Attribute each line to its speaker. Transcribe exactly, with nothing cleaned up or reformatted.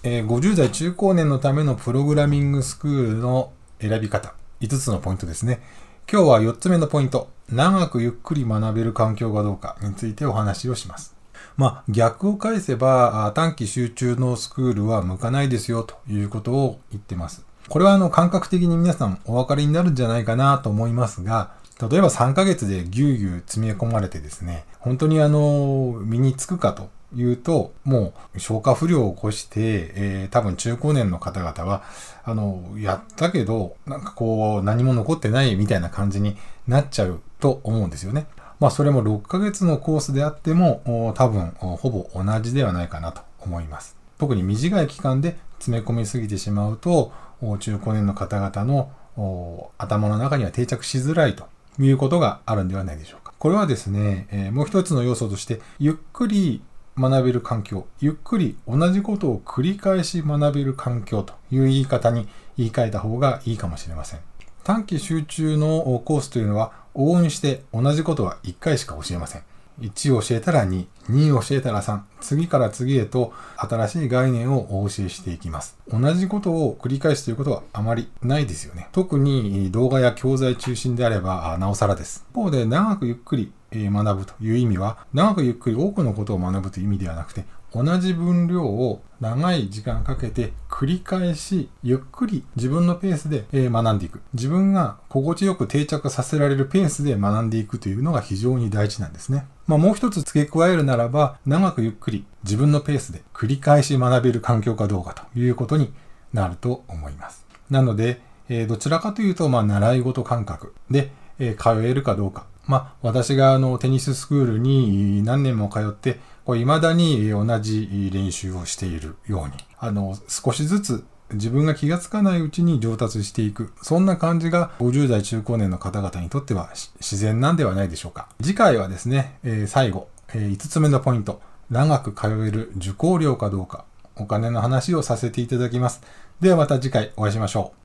Speaker 1: えー、ごじゅう代中高年のためのプログラミングスクールの選び方、いつつのポイントですね。今日はよっつめのポイント、長くゆっくり学べる環境がどうかについてお話をします。まあ、逆を返せば、短期集中のスクールは向かないですよということを言ってます。これはあの感覚的に皆さんお分かりになるんじゃないかなと思いますが、例えばさんかげつでぎゅうぎゅう詰め込まれてですね、本当にあの身につくかというと、もう消化不良を起こして、えー、多分中高年の方々はあのやったけどなんかこう何も残ってないみたいな感じになっちゃうと思うんですよね。まあそれもろっかげつのコースであっても多分ほぼ同じではないかなと思います。特に短い期間で詰め込みすぎてしまうと中高年の方々の頭の中には定着しづらいということがあるんではないでしょうか。これはですね、えー、もう一つの要素としてゆっくり学べる環境、ゆっくり同じことを繰り返し学べる環境という言い方に言い換えた方がいいかもしれません。短期集中のコースというのは往々にして同じことはいっかいしか教えません。いちを教えたらに、にを教えたらさん、次から次へと新しい概念をお教えしていきます。同じことを繰り返すということはあまりないですよね。特に動画や教材中心であればなおさらです。一方で長くゆっくり学ぶという意味は、長くゆっくり多くのことを学ぶという意味ではなくて、同じ分量を長い時間かけて繰り返しゆっくり自分のペースで学んでいく。自分が心地よく定着させられるペースで学んでいくというのが非常に大事なんですね。まあ、もう一つ付け加えるならば、長くゆっくり自分のペースで繰り返し学べる環境かどうかということになると思います。なので、えー、どちらかというと、まあ、習い事感覚で、えー、通えるかどうか。まあ、私があのテニススクールに何年も通って、未だに同じ練習をしているように、あの、少しずつ自分が気がつかないうちに上達していく。そんな感じがごじゅう代中高年の方々にとっては自然なんではないでしょうか。次回はですね、えー、最後、えー、いつつめのポイント、長く通える受講料かどうか、お金の話をさせていただきます。ではまた次回お会いしましょう。